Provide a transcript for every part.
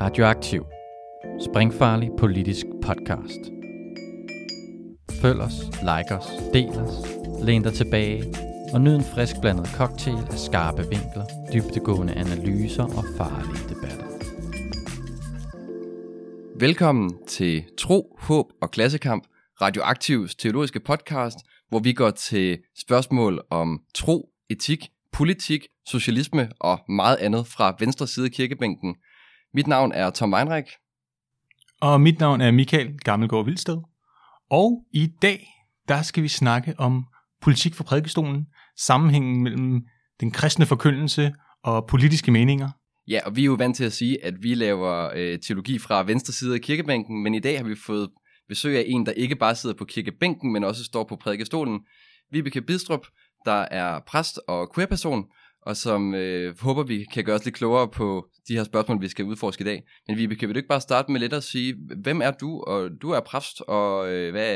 Radioaktiv. Springfarlig politisk podcast. Følg os, like os, del os, læn dig tilbage og nyd en frisk blandet cocktail af skarpe vinkler, dybdegående analyser og farlige debatter. Velkommen til Tro, Håb og Klassekamp, Radioaktivs teologiske podcast, hvor vi går til spørgsmål om tro, etik, politik, socialisme og meget andet fra venstre side af kirkebænken. Mit navn er Tom Weinreich. Og mit navn er Michael Gammelgaard Vilsted. Og i dag, der skal vi snakke om politik for prædikestolen, sammenhængen mellem den kristne forkyndelse og politiske meninger. Ja, og vi er jo vant til at sige, at vi laver teologi fra venstre side af kirkebænken, men i dag har vi fået besøg af en, der ikke bare sidder på kirkebænken, men også står på prædikestolen. Vibeke Bidstrup, der er præst og queer-person, og som håber, vi kan gøre os lidt klogere på de her spørgsmål, vi skal udforske i dag. Men Vibeke, vil du ikke bare starte med lidt at sige, hvem er du? Og du er præst, og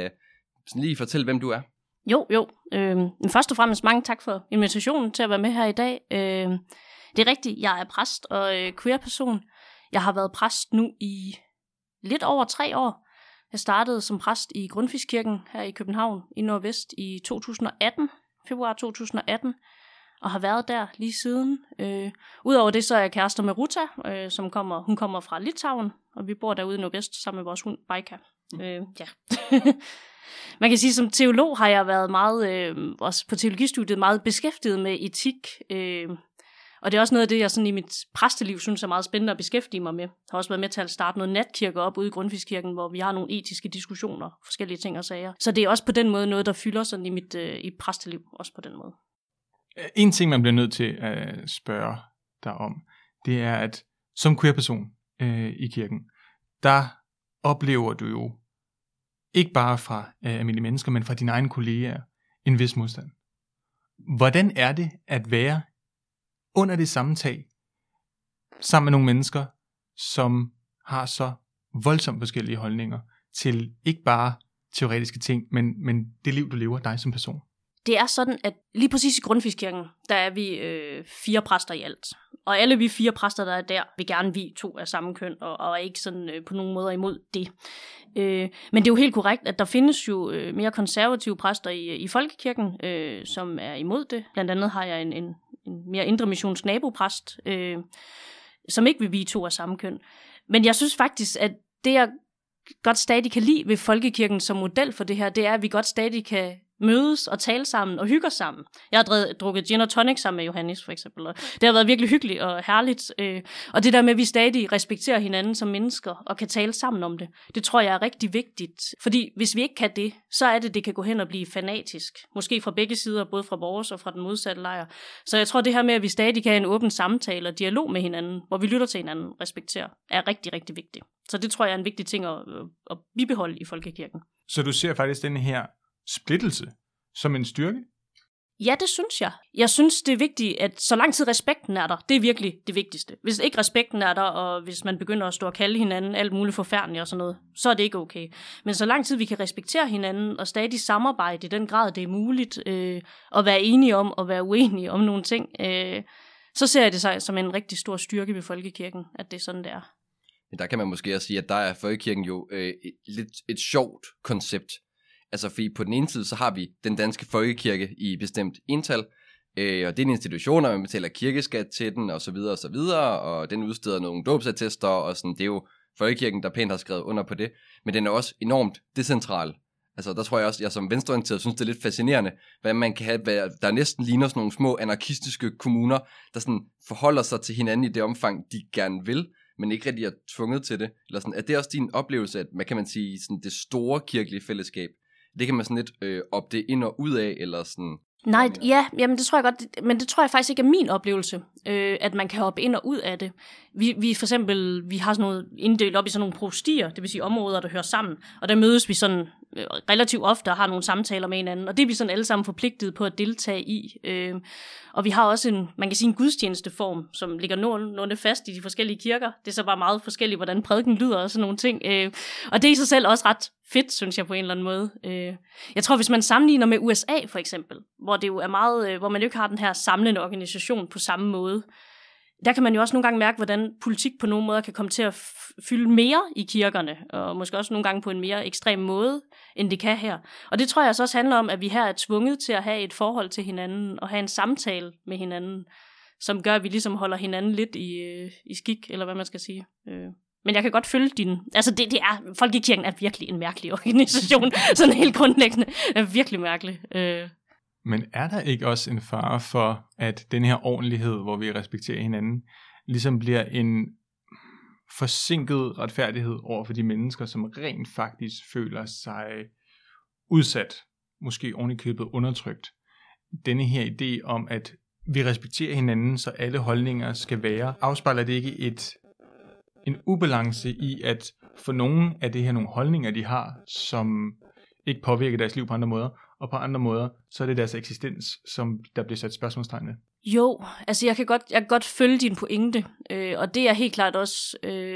lige fortæl, hvem du er. Jo. Først og fremmest mange tak for invitationen til at være med her i dag. Det er rigtigt, jeg er præst og queer-person. Jeg har været præst nu i lidt over 3 år. Jeg startede som præst i Grundtvigskirken her i København i Nordvest i 2018, februar 2018, og har været der lige siden. Udover det, så er jeg kærester med Ruta, hun kommer fra Litauen, og vi bor derude i Nordvest sammen med vores hund Baika. Ja. Man kan sige, som teolog har jeg været meget, også på teologistudiet, meget beskæftiget med etik. Og det er også noget af det, jeg sådan i mit præsteliv synes er meget spændende at beskæftige mig med. Jeg har også været med til at starte noget natkirke op ude i Grundtvigskirken, hvor vi har nogle etiske diskussioner, forskellige ting og sager. Så det er også på den måde noget, der fylder sådan i mit i præsteliv, også på den måde. En ting, man bliver nødt til at spørge dig om, det er, at som queer-person i kirken, der oplever du jo ikke bare fra almindelige mennesker, men fra dine egne kolleger en vis modstand. Hvordan er det at være under det samme tag sammen med nogle mennesker, som har så voldsomt forskellige holdninger til ikke bare teoretiske ting, men det liv, du lever, dig som person? Det er sådan, at lige præcis i Grundtvigskirken, der er vi 4 præster i alt. Og alle vi 4 præster, der er der, vil gerne vie 2 af samme køn, og er ikke sådan på nogen måder imod det. Men det er jo helt korrekt, at der findes jo mere konservative præster i folkekirken, som er imod det. Blandt andet har jeg en mere indremissionsk nabopræst, som ikke vil vie 2 af samme køn. Men jeg synes faktisk, at det jeg godt stadig kan lide ved folkekirken som model for det her, det er, at vi godt stadig kan mødes og tale sammen og hygge os sammen. Jeg har drukket gin og tonic sammen med Johannes for eksempel, og det har været virkelig hyggeligt og herligt. Og det der med, at vi stadig respekterer hinanden som mennesker og kan tale sammen om det, det tror jeg er rigtig vigtigt. Fordi hvis vi ikke kan det, så er det kan gå hen og blive fanatisk. Måske fra begge sider, både fra vores og fra den modsatte lejr. Så jeg tror, det her med, at vi stadig kan have en åben samtale og dialog med hinanden, hvor vi lytter til hinanden, respekterer, er rigtig, rigtig vigtigt. Så det tror jeg er en vigtig ting at bibeholde i folkekirken. Så du ser faktisk den her splittelse som en styrke? Ja, det synes jeg. Jeg synes, det er vigtigt, at så lang tid respekten er der, det er virkelig det vigtigste. Hvis ikke respekten er der, og hvis man begynder at stå og kalde hinanden alt muligt forfærdeligt og sådan noget, så er det ikke okay. Men så lang tid vi kan respektere hinanden og stadig samarbejde i den grad, det er muligt, og være enige om og være uenige om nogle ting, så ser jeg det som en rigtig stor styrke ved folkekirken, at det er sådan, det er. Men der kan man måske også sige, at der er folkekirken jo lidt et sjovt koncept. Altså fordi på den ene side, så har vi den danske folkekirke i bestemt ental, og det er en institution, og man betaler kirkeskat til den, og så videre, og så videre, og den udsteder nogle dåbsattester, og sådan, det er jo folkekirken, der pænt har skrevet under på det, men den er også enormt decentral. Altså der tror jeg også, jeg som venstreorienteret synes, det er lidt fascinerende, hvad man kan have, der næsten ligner sådan nogle små anarkistiske kommuner, der sådan forholder sig til hinanden i det omfang, de gerne vil, men ikke rigtig er tvunget til det. Eller sådan, er det også din oplevelse, at hvad kan man sige, sådan det store kirkelige fællesskab, det kan man sådan lidt opdele ind og ud af, eller sådan? Nej, ja, jamen det tror jeg godt, men det tror jeg faktisk ikke er min oplevelse, at man kan hoppe ind og ud af det. Vi for eksempel, vi har sådan noget inddelt op i sådan nogle prostier, det vil sige områder, der hører sammen, og der mødes vi sådan relativt ofte og har nogle samtaler med hinanden, og det er vi sådan alle sammen forpligtet på at deltage i. Og vi har også man kan sige en gudstjenesteform, som ligger nogenlunde fast i de forskellige kirker. Det er så bare meget forskelligt, hvordan prædiken lyder og sådan nogle ting. Og det er i sig selv også ret fedt, synes jeg på en eller anden måde. Jeg tror, hvis man sammenligner med USA for eksempel, hvor det jo er meget, hvor man jo ikke har den her samlende organisation på samme måde, der kan man jo også nogle gange mærke, hvordan politik på nogle måder kan komme til at fylde mere i kirkerne, og måske også nogle gange på en mere ekstrem måde, end det kan her. Og det tror jeg også handler om, at vi her er tvunget til at have et forhold til hinanden, og have en samtale med hinanden, som gør, at vi ligesom holder hinanden lidt i skik, eller hvad man skal sige. Men jeg kan godt følge din... Altså, det er... Folkekirken er virkelig en mærkelig organisation. Sådan helt grundlæggende. Det er virkelig mærkelig. Men er der ikke også en fare for, at den her ordentlighed, hvor vi respekterer hinanden, ligesom bliver en forsinket retfærdighed over for de mennesker, som rent faktisk føler sig udsat, måske ovenikøbet undertrykt? Denne her idé om, at vi respekterer hinanden, så alle holdninger skal være. Afspejler det ikke en ubalance i, at for nogen er det her nogle holdninger, de har, som ikke påvirker deres liv på andre måder, og på andre måder, så er det deres eksistens, som der bliver sat spørgsmålstegn ved? Jo, altså jeg kan godt følge din pointe, og det er helt klart også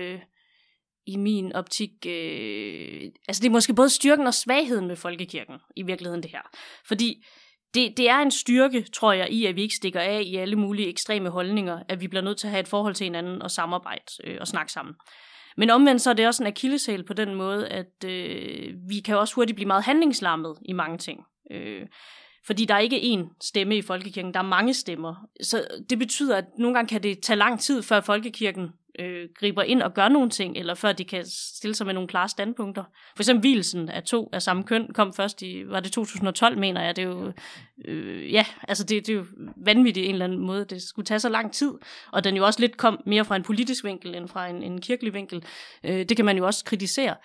i min optik, altså det er måske både styrken og svagheden med folkekirken, i virkeligheden det her. Fordi det er en styrke, tror jeg, i at vi ikke stikker af i alle mulige ekstreme holdninger, at vi bliver nødt til at have et forhold til hinanden og samarbejde og snakke sammen. Men omvendt så er det også en akilleshæl på den måde, at vi kan også hurtigt blive meget handlingslammet i mange ting. Fordi der er ikke én stemme i folkekirken, der er mange stemmer. Så det betyder, at nogle gange kan det tage lang tid, før folkekirken griber ind og gør nogle ting, eller før de kan stille sig med nogle klare standpunkter. For eksempel vielsen af 2 af samme køn kom først i, var det 2012, mener jeg. Det er jo, altså det er jo vanvittigt en eller anden måde. Det skulle tage så lang tid, og den jo også lidt kom mere fra en politisk vinkel, end fra en kirkelig vinkel. Det kan man jo også kritisere.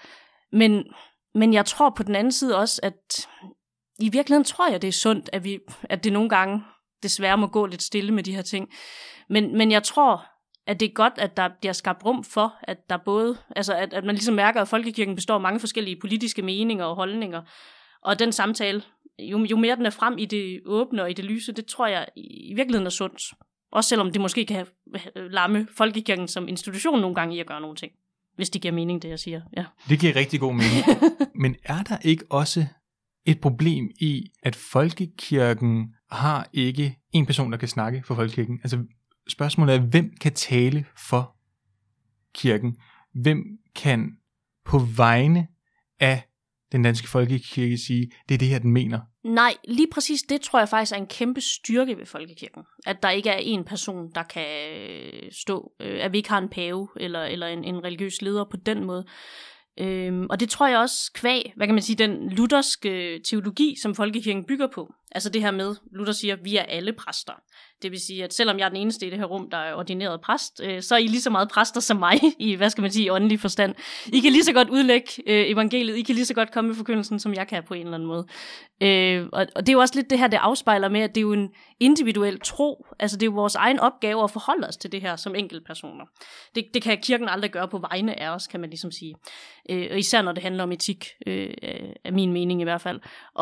Men jeg tror på den anden side også, at i virkeligheden tror jeg, det er sundt, at det nogle gange desværre må gå lidt stille med de her ting. Men jeg tror, at det er godt, at der bliver skabt rum for, at der både, altså at man ligesom mærker, at folkekirken består af mange forskellige politiske meninger og holdninger. Og den samtale, jo mere den er frem i det åbne og i det lyse, det tror jeg i virkeligheden er sundt. Også selvom det måske kan lamme folkekirken som institution nogle gange i at gøre nogle ting. Hvis det giver mening, det jeg siger. Ja. Det giver rigtig god mening. Men er der ikke også et problem i, at folkekirken har ikke en person, der kan snakke for folkekirken? Altså spørgsmålet er, hvem kan tale for kirken? Hvem kan på vegne af den danske folkekirke sige, det er det her, den mener? Nej, lige præcis det tror jeg faktisk er en kæmpe styrke ved folkekirken. At der ikke er en person, der kan stå. At vi ikke har en pave eller en religiøs leder på den måde. Og det tror jeg også kvæg, hvad kan man sige, den lutherske teologi, som folkekirken bygger på. Altså det her med, Luther siger, vi er alle præster. Det vil sige, at selvom jeg er den eneste i det her rum, der er ordineret præst, så er I lige så meget præster som mig, i, hvad skal man sige, åndelig forstand. I kan lige så godt udlægge evangeliet, I kan lige så godt komme med forkyndelsen, som jeg kan på en eller anden måde. Og det er jo også lidt det her, det afspejler med, at det er jo en individuel tro. Altså det er jo vores egen opgave at forholde os til det her som enkeltpersoner. Det kan kirken aldrig gøre på vegne af os, kan man ligesom sige. Og især når det handler om etik, af min mening i hvert fald.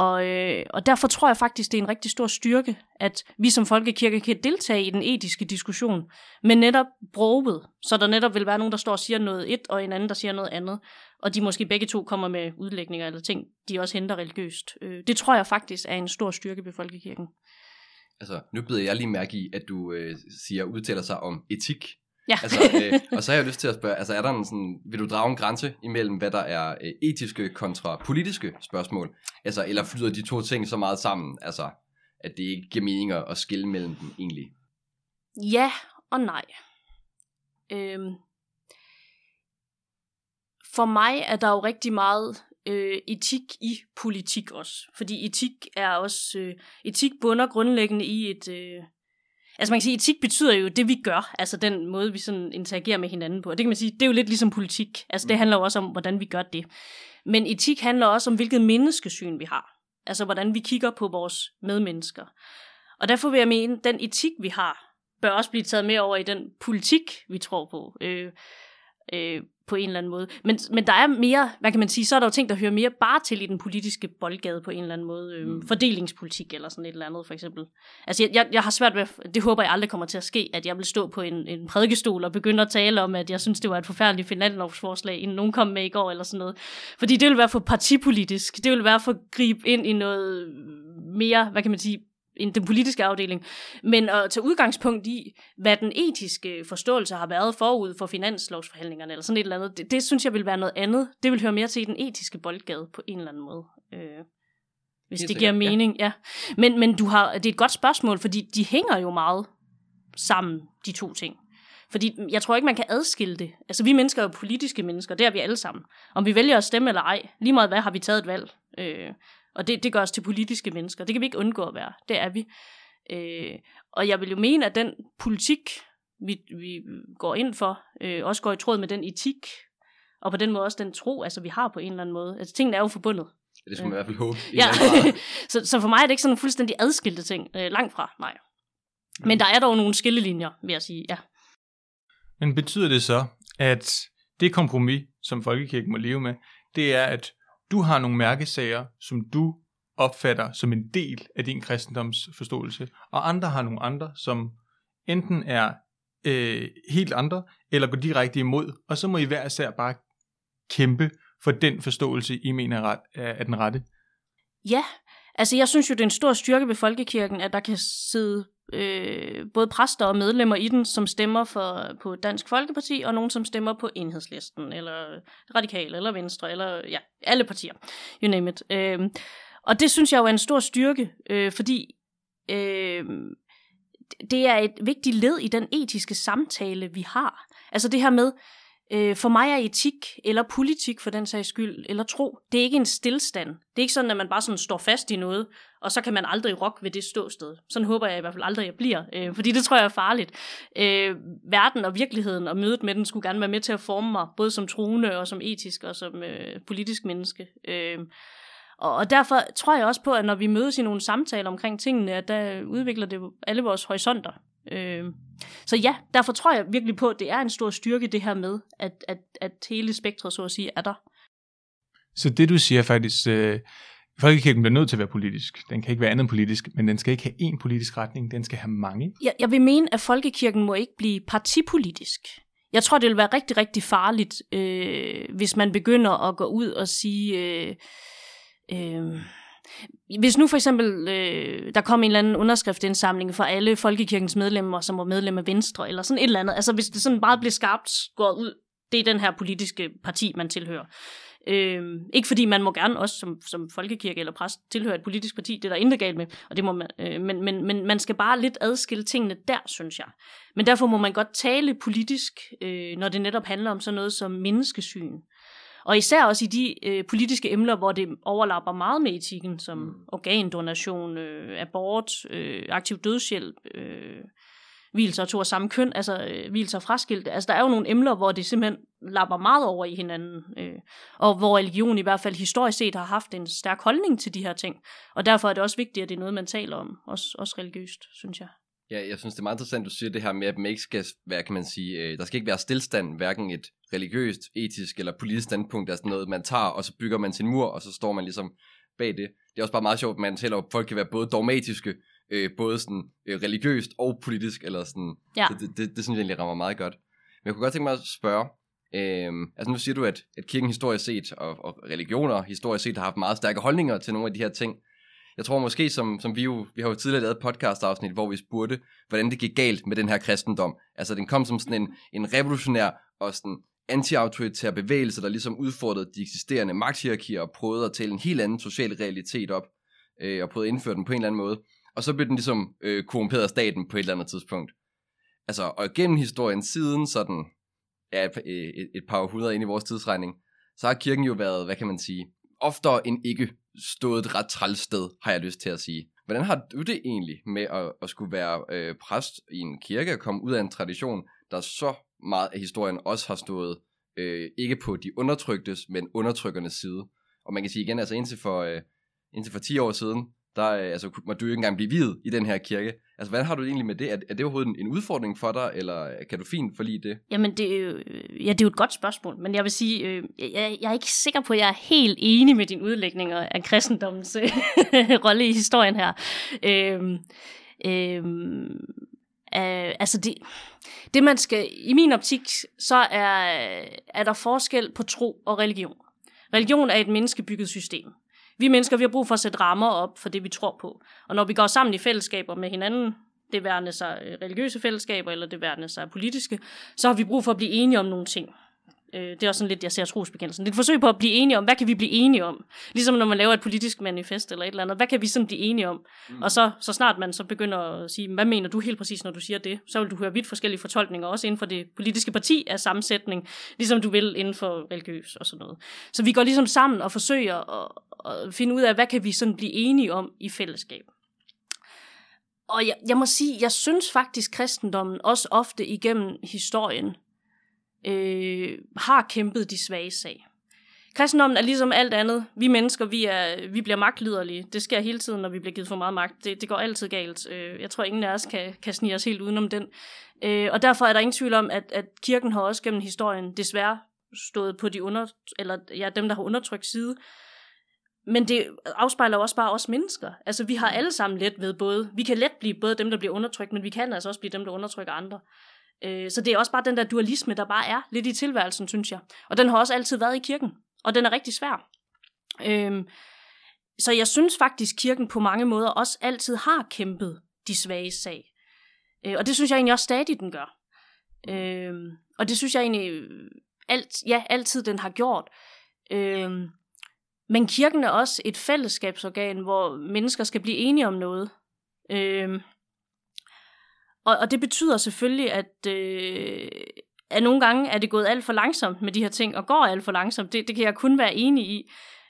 Og derfor tror jeg faktisk, det er en rigtig stor styrke, at vi som folkekirke kan deltage i den etiske diskussion, men netop broget, så der netop vil være nogen, der står og siger noget et, og en anden, der siger noget andet, og de måske begge to kommer med udlægninger eller ting, de også henter religiøst. Det tror jeg faktisk er en stor styrke ved folkekirken. Altså, nu beder jeg lige mærke i, at du udtaler sig om etik. Ja. Altså, og så har jeg lyst til at spørge, altså er der vil du drage en grænse imellem, hvad der er etiske kontra politiske spørgsmål? Altså, eller flyder de to ting så meget sammen, altså, at det ikke giver mening at skille mellem dem egentlig? Ja og nej. For mig er der jo rigtig meget etik i politik også. Fordi etik er også, etik bunder grundlæggende i et... Altså man kan sige, etik betyder jo det, vi gør, altså den måde, vi sådan interagerer med hinanden på. Og det kan man sige, det er jo lidt ligesom politik. Altså det handler jo også om, hvordan vi gør det. Men etik handler også om, hvilket menneskesyn vi har. Altså hvordan vi kigger på vores medmennesker. Og derfor vil jeg mene, den etik, vi har, bør også blive taget med over i den politik, vi tror på. På en eller anden måde. Men der er mere, hvad kan man sige, så er der jo ting, der hører mere bare til i den politiske boldgade på en eller anden måde. Fordelingspolitik eller sådan et eller andet, for eksempel. Altså jeg har svært ved, det håber jeg aldrig kommer til at ske, at jeg vil stå på en prædikestol og begynde at tale om, at jeg synes, det var et forfærdeligt finanslovsforslag, inden nogen kom med i går eller sådan noget. Fordi det vil være for partipolitisk. Det vil være for at gribe ind i noget mere, hvad kan man sige, den politiske afdeling, men at tage udgangspunkt i, hvad den etiske forståelse har været forud for finanslovsforhandlingerne, eller sådan et eller andet, det synes jeg vil være noget andet. Det vil høre mere til i den etiske boldgade på en eller anden måde. Hvis det giver mening, ja. Men det er et godt spørgsmål, fordi de hænger jo meget sammen, de to ting. Fordi jeg tror ikke, man kan adskille det. Altså, vi mennesker er jo politiske mennesker, det er vi alle sammen. Om vi vælger at stemme eller ej, lige meget hvad har vi taget et valg. Og det gør os til politiske mennesker. Det kan vi ikke undgå at være. Det er vi. Og jeg vil jo mene, at den politik, vi går ind for, også går i tråd med den etik, og på den måde også den tro, altså vi har på en eller anden måde. Altså, tingene er jo forbundet. Det skulle man i hvert fald håbe. Ja. Så for mig er det ikke sådan fuldstændig adskilte ting. Langt fra, nej. Men der er dog nogle skillelinjer, vil jeg sige, ja. Men betyder det så, at det kompromis, som folkekirken må leve med, det er, at du har nogle mærkesager, som du opfatter som en del af din kristendomsforståelse, og andre har nogle andre, som enten er helt andre, eller går direkte imod, og så må I hver især bare kæmpe for den forståelse, I mener er den rette? Ja, altså jeg synes jo, det er en stor styrke ved folkekirken, at der kan sidde både præster og medlemmer i den, som stemmer på Dansk Folkeparti, og nogen, som stemmer på Enhedslisten, eller Radikale, eller Venstre, eller ja, alle partier, you name it. Og det synes jeg jo er en stor styrke, fordi det er et vigtigt led i den etiske samtale, vi har. Altså det her med, for mig er etik, eller politik for den sags skyld, eller tro, det er ikke en stilstand. Det er ikke sådan, at man bare sådan står fast i noget, og så kan man aldrig rokke ved det ståsted. Sådan håber jeg i hvert fald aldrig, jeg bliver, fordi det tror jeg er farligt. Verden og virkeligheden og mødet med den skulle gerne være med til at forme mig, både som troende og som etisk og som politisk menneske. Og derfor tror jeg også på, at når vi mødes i nogle samtaler omkring tingene, at der udvikler det alle vores horisonter. Så ja, derfor tror jeg virkelig på, at det er en stor styrke det her med, at hele spektret, så at sige, er der. Så det du siger faktisk, folkekirken bliver nødt til at være politisk. Den kan ikke være andet politisk, men den skal ikke have én politisk retning, den skal have mange. Jeg vil mene, at folkekirken må ikke blive partipolitisk. Jeg tror, det vil være rigtig, rigtig farligt, hvis man begynder at gå ud og sige... Hvis nu for eksempel der kom en eller anden underskriftsindsamling for alle folkekirkens medlemmer, som var medlemmer af Venstre, eller sådan et eller andet, altså hvis det sådan meget blev skarpt skåret ud, det er den her politiske parti, man tilhører. Ikke fordi man må gerne også som folkekirke eller præst tilhøre et politisk parti, det er der intet galt med, og det må man, men man skal bare lidt adskille tingene der, synes jeg. Men derfor må man godt tale politisk, når det netop handler om sådan noget som menneskesyn. Og især også i de politiske emner, hvor det overlapper meget med etikken, som organdonation, abort, aktiv dødshjælp, vielser og to af samme køn, altså vielser og fraskilte. Altså der er jo nogle emner, hvor det simpelthen lapper meget over i hinanden, og hvor religion i hvert fald historisk set har haft en stærk holdning til de her ting. Og derfor er det også vigtigt, at det er noget, man taler om, også religiøst, synes jeg. Ja, jeg synes, det er meget interessant, du siger det her med, at man ikke skal være, kan man sige, der skal ikke være stillstand, hverken et religiøst, etisk eller politisk standpunkt, altså noget, man tager, og så bygger man sin mur, og så står man ligesom bag det. Det er også bare meget sjovt, at man taler om, at folk kan være både dogmatiske, både sådan religiøst og politisk, eller sådan, ja. Det synes jeg egentlig rammer meget godt. Men jeg kunne godt tænke mig at spørge, altså nu siger du, at kirken historisk set, og religioner historisk set, har haft meget stærke holdninger til nogle af de her ting. Jeg tror måske, som vi har jo tidligere lavet et podcast-afsnit, hvor vi spurgte, hvordan det gik galt med den her kristendom. Altså den kom som sådan en revolutionær og sådan anti-autoritær bevægelse, der ligesom udfordrede de eksisterende magthierarkier og prøvede at tale en helt anden social realitet op, og prøvede at indføre den på en eller anden måde. Og så blev den ligesom korrumperet af staten på et eller andet tidspunkt. Altså, og gennem historien siden sådan, et par århundreder ind i vores tidsregning, så har kirken jo været, hvad kan man sige, oftere end ikke stået et ret træls sted, har jeg lyst til at sige. Hvordan har du det egentlig med at skulle være præst i en kirke og komme ud af en tradition, der så meget af historien også har stået ikke på de undertryktes, men undertrykkernes side? Og man kan sige igen, altså indtil for 10 år siden, der må du jo ikke engang blive viet i den her kirke. Altså, hvordan har du det egentlig med det? Er det overhovedet en udfordring for dig, eller kan du fint forlide det? Jamen, det er jo et godt spørgsmål, men jeg vil sige, jeg er ikke sikker på, at jeg er helt enig med din udlægning af kristendommens rolle i historien her. Altså, det man skal, i min optik, så er der forskel på tro og religion. Religion er et menneskebygget system. Vi mennesker, vi har brug for at sætte rammer op for det, vi tror på. Og når vi går sammen i fællesskaber med hinanden, det værende sig religiøse fællesskaber, eller det værende sig politiske, så har vi brug for at blive enige om nogle ting. Det er også sådan lidt, jeg ser trosbekendelsen. Det er et forsøg på at blive enige om, hvad kan vi blive enige om? Ligesom når man laver et politisk manifest eller et eller andet. Hvad kan vi sådan blive enige om? Og så snart man så begynder at sige, hvad mener du helt præcis, når du siger det? Så vil du høre vidt forskellige fortolkninger, også inden for det politiske parti af sammensætning, ligesom du vil inden for religiøs og sådan noget. Så vi går ligesom sammen og forsøger at finde ud af, hvad kan vi sådan blive enige om i fællesskab. Og jeg må sige, jeg synes faktisk, kristendommen også ofte igennem historien har kæmpet de svage sag. Kristendommen er ligesom alt andet. Vi mennesker, vi bliver magtliderlige. Det sker hele tiden, når vi bliver givet for meget magt. Det går altid galt. Jeg tror, ingen af os kan snige os helt udenom den. Og derfor er der ingen tvivl om, at kirken har også gennem historien desværre stået på dem, der har undertrykt side. Men det afspejler også bare os mennesker. Altså, vi har alle sammen let ved vi kan let blive både dem, der bliver undertrykt, men vi kan altså også blive dem, der undertrykker andre. Så det er også bare den der dualisme, der bare er lidt i tilværelsen, synes jeg. Og den har også altid været i kirken, og den er rigtig svær. Så jeg synes faktisk, kirken på mange måder også altid har kæmpet de svage sag. Og det synes jeg egentlig også stadig, den gør. Og det synes jeg egentlig altid den har gjort. Men kirken er også et fællesskabsorgan, hvor mennesker skal blive enige om noget. Og det betyder selvfølgelig, at nogle gange er det gået alt for langsomt med de her ting, og går alt for langsomt. Det kan jeg kun være enig i.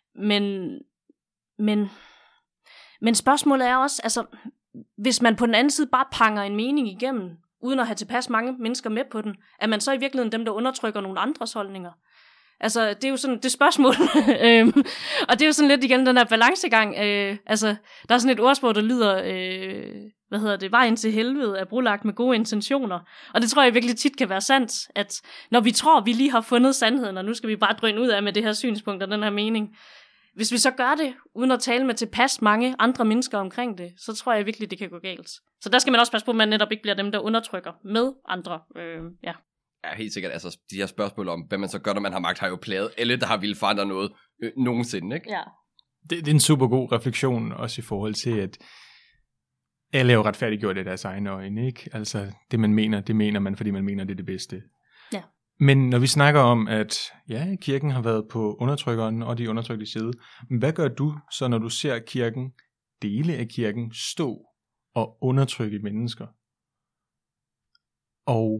Men spørgsmålet er også, altså, hvis man på den anden side bare panger en mening igennem, uden at have tilpas mange mennesker med på den, er man så i virkeligheden dem, der undertrykker nogle andres holdninger? Altså, det er jo sådan det spørgsmål. Og det er jo sådan lidt igen den her balancegang. Altså, der er sådan et ordsprog, der lyder, vejen til helvede er brolagt med gode intentioner. Og det tror jeg virkelig tit kan være sandt, at når vi tror, vi lige har fundet sandheden, og nu skal vi bare drøne ud af med det her synspunkt og den her mening. Hvis vi så gør det, uden at tale med tilpas mange andre mennesker omkring det, så tror jeg virkelig, det kan gå galt. Så der skal man også passe på, at man netop ikke bliver dem, der undertrykker med andre. Ja. Ja, helt sikkert. Altså, de her spørgsmål om, hvad man så gør, når man har magt, har jo plaget alle, der har ville forandre noget nogensinde, ikke? Ja. Det er en super god refleksion, også i forhold til, at alle er jo retfærdiggjort i deres egne øjne, ikke? Altså, det man mener, det mener man, fordi man mener, det er det bedste. Ja. Men når vi snakker om, at ja, kirken har været på undertrykkeren og de undertrykte side, hvad gør du så, når du ser kirken, dele af kirken, stå og undertrykke mennesker? Og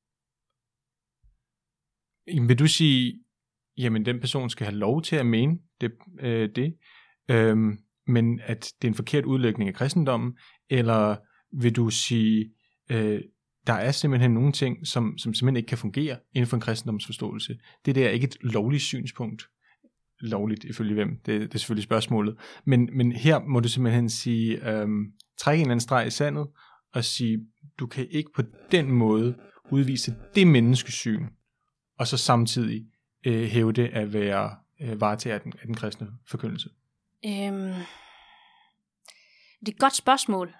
vil du sige, jamen den person skal have lov til at mene det, men at det er en forkert udlægning af kristendommen, eller vil du sige, der er simpelthen nogle ting, som simpelthen ikke kan fungere inden for en kristendomsforståelse. Det der er ikke et lovligt synspunkt. Lovligt ifølge hvem? Det er selvfølgelig spørgsmålet. Men her må du simpelthen sige, trække en eller anden streg i sandet, og sige, du kan ikke på den måde udvise det menneskesyn, og så samtidig hæve det at være varetager af den kristne forkyndelse? Det er et godt spørgsmål.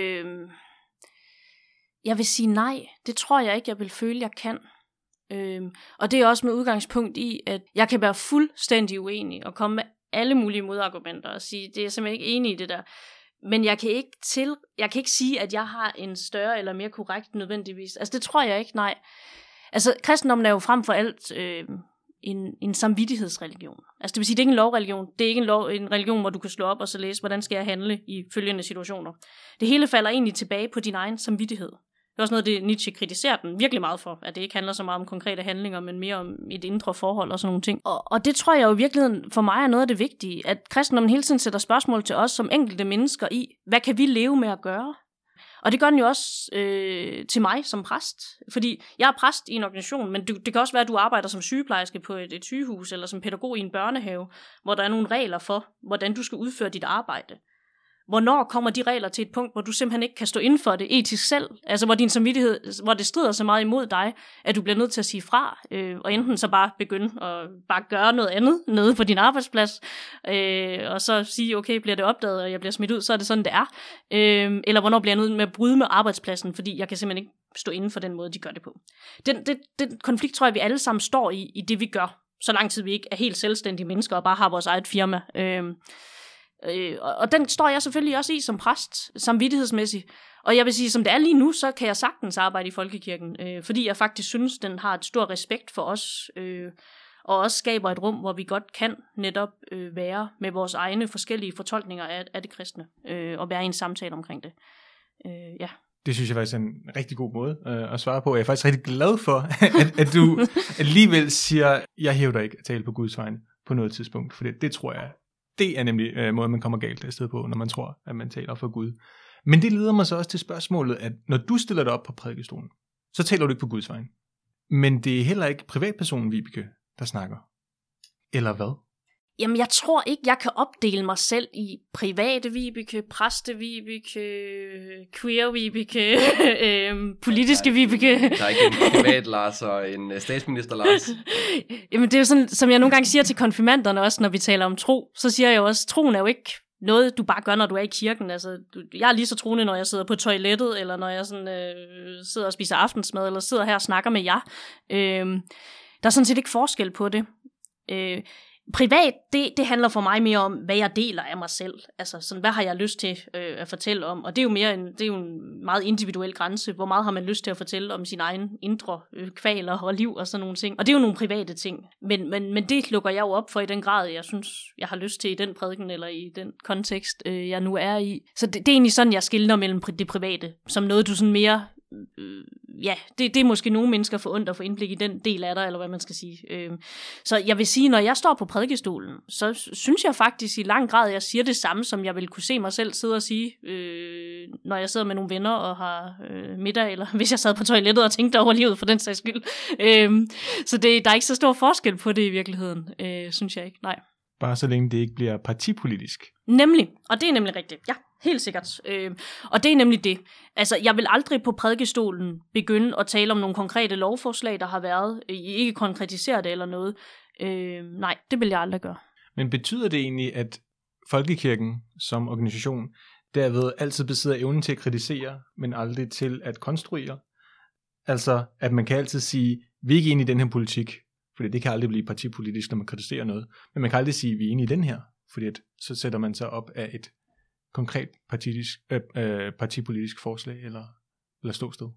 Jeg vil sige nej. Det tror jeg ikke, jeg vil føle, jeg kan. Og det er også med udgangspunkt i, at jeg kan være fuldstændig uenig og komme med alle mulige modargumenter og sige, det er simpelthen ikke enig i det der. Men jeg kan ikke sige, at jeg har en større eller mere korrekt nødvendigvis. Altså det tror jeg ikke, nej. Altså kristendommen er jo frem for alt en samvittighedsreligion. Altså det vil sige, det er ikke en lovreligion. Det er ikke en religion, hvor du kan slå op og så læse, hvordan skal jeg handle i følgende situationer. Det hele falder egentlig tilbage på din egen samvittighed. Det er også noget, det Nietzsche kritiserer den virkelig meget for, at det ikke handler så meget om konkrete handlinger, men mere om et indre forhold og sådan nogle ting. Og det tror jeg jo i virkeligheden for mig er noget af det vigtige, at kristendommen hele tiden sætter spørgsmål til os som enkelte mennesker i, hvad kan vi leve med at gøre? Og det gør den jo også til mig som præst, fordi jeg er præst i en organisation, men det kan også være, at du arbejder som sygeplejerske på et sygehus, eller som pædagog i en børnehave, hvor der er nogle regler for, hvordan du skal udføre dit arbejde. Hvornår kommer de regler til et punkt, hvor du simpelthen ikke kan stå inden for det etisk selv? Altså hvor din samvittighed, hvor det strider så meget imod dig, at du bliver nødt til at sige fra, og enten så bare begynde at bare gøre noget andet nede på din arbejdsplads, og så sige, okay, bliver det opdaget, og jeg bliver smidt ud, så er det sådan, det er. Eller hvornår bliver jeg nødt med at bryde med arbejdspladsen, fordi jeg kan simpelthen ikke stå inden for den måde, de gør det på. Den konflikt tror jeg, vi alle sammen står i det vi gør. så lang tid vi ikke er helt selvstændige mennesker og bare har vores eget firma. Og den står jeg selvfølgelig også i som præst, samvittighedsmæssigt. Og jeg vil sige, som det er lige nu, så kan jeg sagtens arbejde i folkekirken, fordi jeg faktisk synes, den har et stor respekt for os, og også skaber et rum, hvor vi godt kan netop være med vores egne forskellige fortolkninger af det kristne, og være i en samtale omkring det. Ja. Det synes jeg faktisk er en rigtig god måde at svare på. Jeg er faktisk rigtig glad for, at du alligevel siger, jeg hævder ikke at tale på Guds vegne på noget tidspunkt, for det tror jeg, det er nemlig måden, man kommer galt afsted på, når man tror, at man taler for Gud. Men det leder mig så også til spørgsmålet, at når du stiller dig op på prædikestolen, så taler du ikke på Guds vegne. Men det er heller ikke privatpersonen Vibeke, der snakker. Eller hvad? Jamen, jeg tror ikke, jeg kan opdele mig selv i private Vibeke, præste Vibeke, queer Vibeke, politiske Vibeke. Der er ikke en privat Lars og en statsminister Lars. Jamen, det er jo sådan, som jeg nogle gange siger til konfirmanderne også, når vi taler om tro, så siger jeg jo også, troen er jo ikke noget, du bare gør, når du er i kirken. Altså, jeg er lige så troende, når jeg sidder på toilettet, eller når jeg sådan, sidder og spiser aftensmad, eller sidder her og snakker med jer. Der er sådan set ikke forskel på det. Privat, det handler for mig mere om, hvad jeg deler af mig selv. Altså, sådan, hvad har jeg lyst til at fortælle om? Og det er jo det er jo en meget individuel grænse. Hvor meget har man lyst til at fortælle om sin egen indre kvaler og liv og sådan nogle ting. Og det er jo nogle private ting. Men det lukker jeg jo op for i den grad, jeg synes, jeg har lyst til i den prædiken eller i den kontekst, jeg nu er i. Så det er egentlig sådan, jeg skiller mellem det private, som noget, du sådan mere... det er måske nogle mennesker forundt at få indblik i den del af dig, eller hvad man skal sige. Så jeg vil sige, når jeg står på prædikestolen, så synes jeg faktisk i lang grad, jeg siger det samme, som jeg vil kunne se mig selv sidde og sige, når jeg sidder med nogle venner og har middag, eller hvis jeg sad på toilettet og tænkte over livet for den sags skyld. Så der er ikke så stor forskel på det i virkeligheden, synes jeg ikke, nej. Bare så længe det ikke bliver partipolitisk. Nemlig, og det er nemlig rigtigt, ja. Helt sikkert. Og det er nemlig det. Altså, jeg vil aldrig på prædikestolen begynde at tale om nogle konkrete lovforslag, der har været. Ikke konkretisere det eller noget. Nej, det vil jeg aldrig gøre. Men betyder det egentlig, at folkekirken som organisation derved altid besidder evnen til at kritisere, men aldrig til at konstruere? Altså, at man kan altid sige, vi er ikke enige i den her politik, fordi det kan aldrig blive partipolitisk, når man kritiserer noget. Men man kan aldrig sige, vi er enige i den her, fordi så sætter man sig op af et konkret partipolitisk forslag eller ståsted.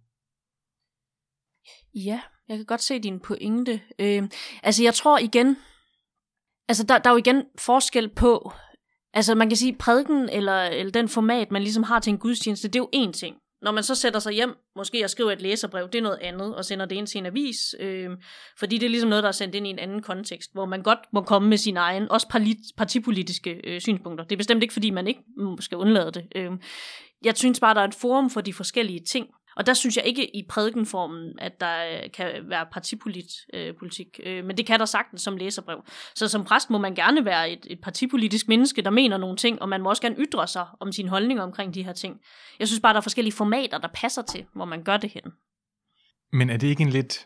Ja, jeg kan godt se din pointe. Altså jeg tror igen, altså der er jo igen forskel på, altså man kan sige prædiken eller den format, man ligesom har til en gudstjeneste, det er jo én ting. Når man så sætter sig hjem, måske og skriver et læserbrev, det er noget andet, og sender det ind til en avis, fordi det er ligesom noget, der er sendt ind i en anden kontekst, hvor man godt må komme med sin egen, også partipolitiske synspunkter. Det er bestemt ikke, fordi man ikke skal undlade det. Jeg synes bare, der er et forum for de forskellige ting, og der synes jeg ikke i prædikenformen, at der kan være partipolitik, men det kan der sagtens som læserbrev. Så som præst må man gerne være et partipolitisk menneske, der mener nogle ting, og man må også gerne ytre sig om sine holdninger omkring de her ting. Jeg synes bare, der er forskellige formater, der passer til, hvor man gør det hen. Men er det ikke en lidt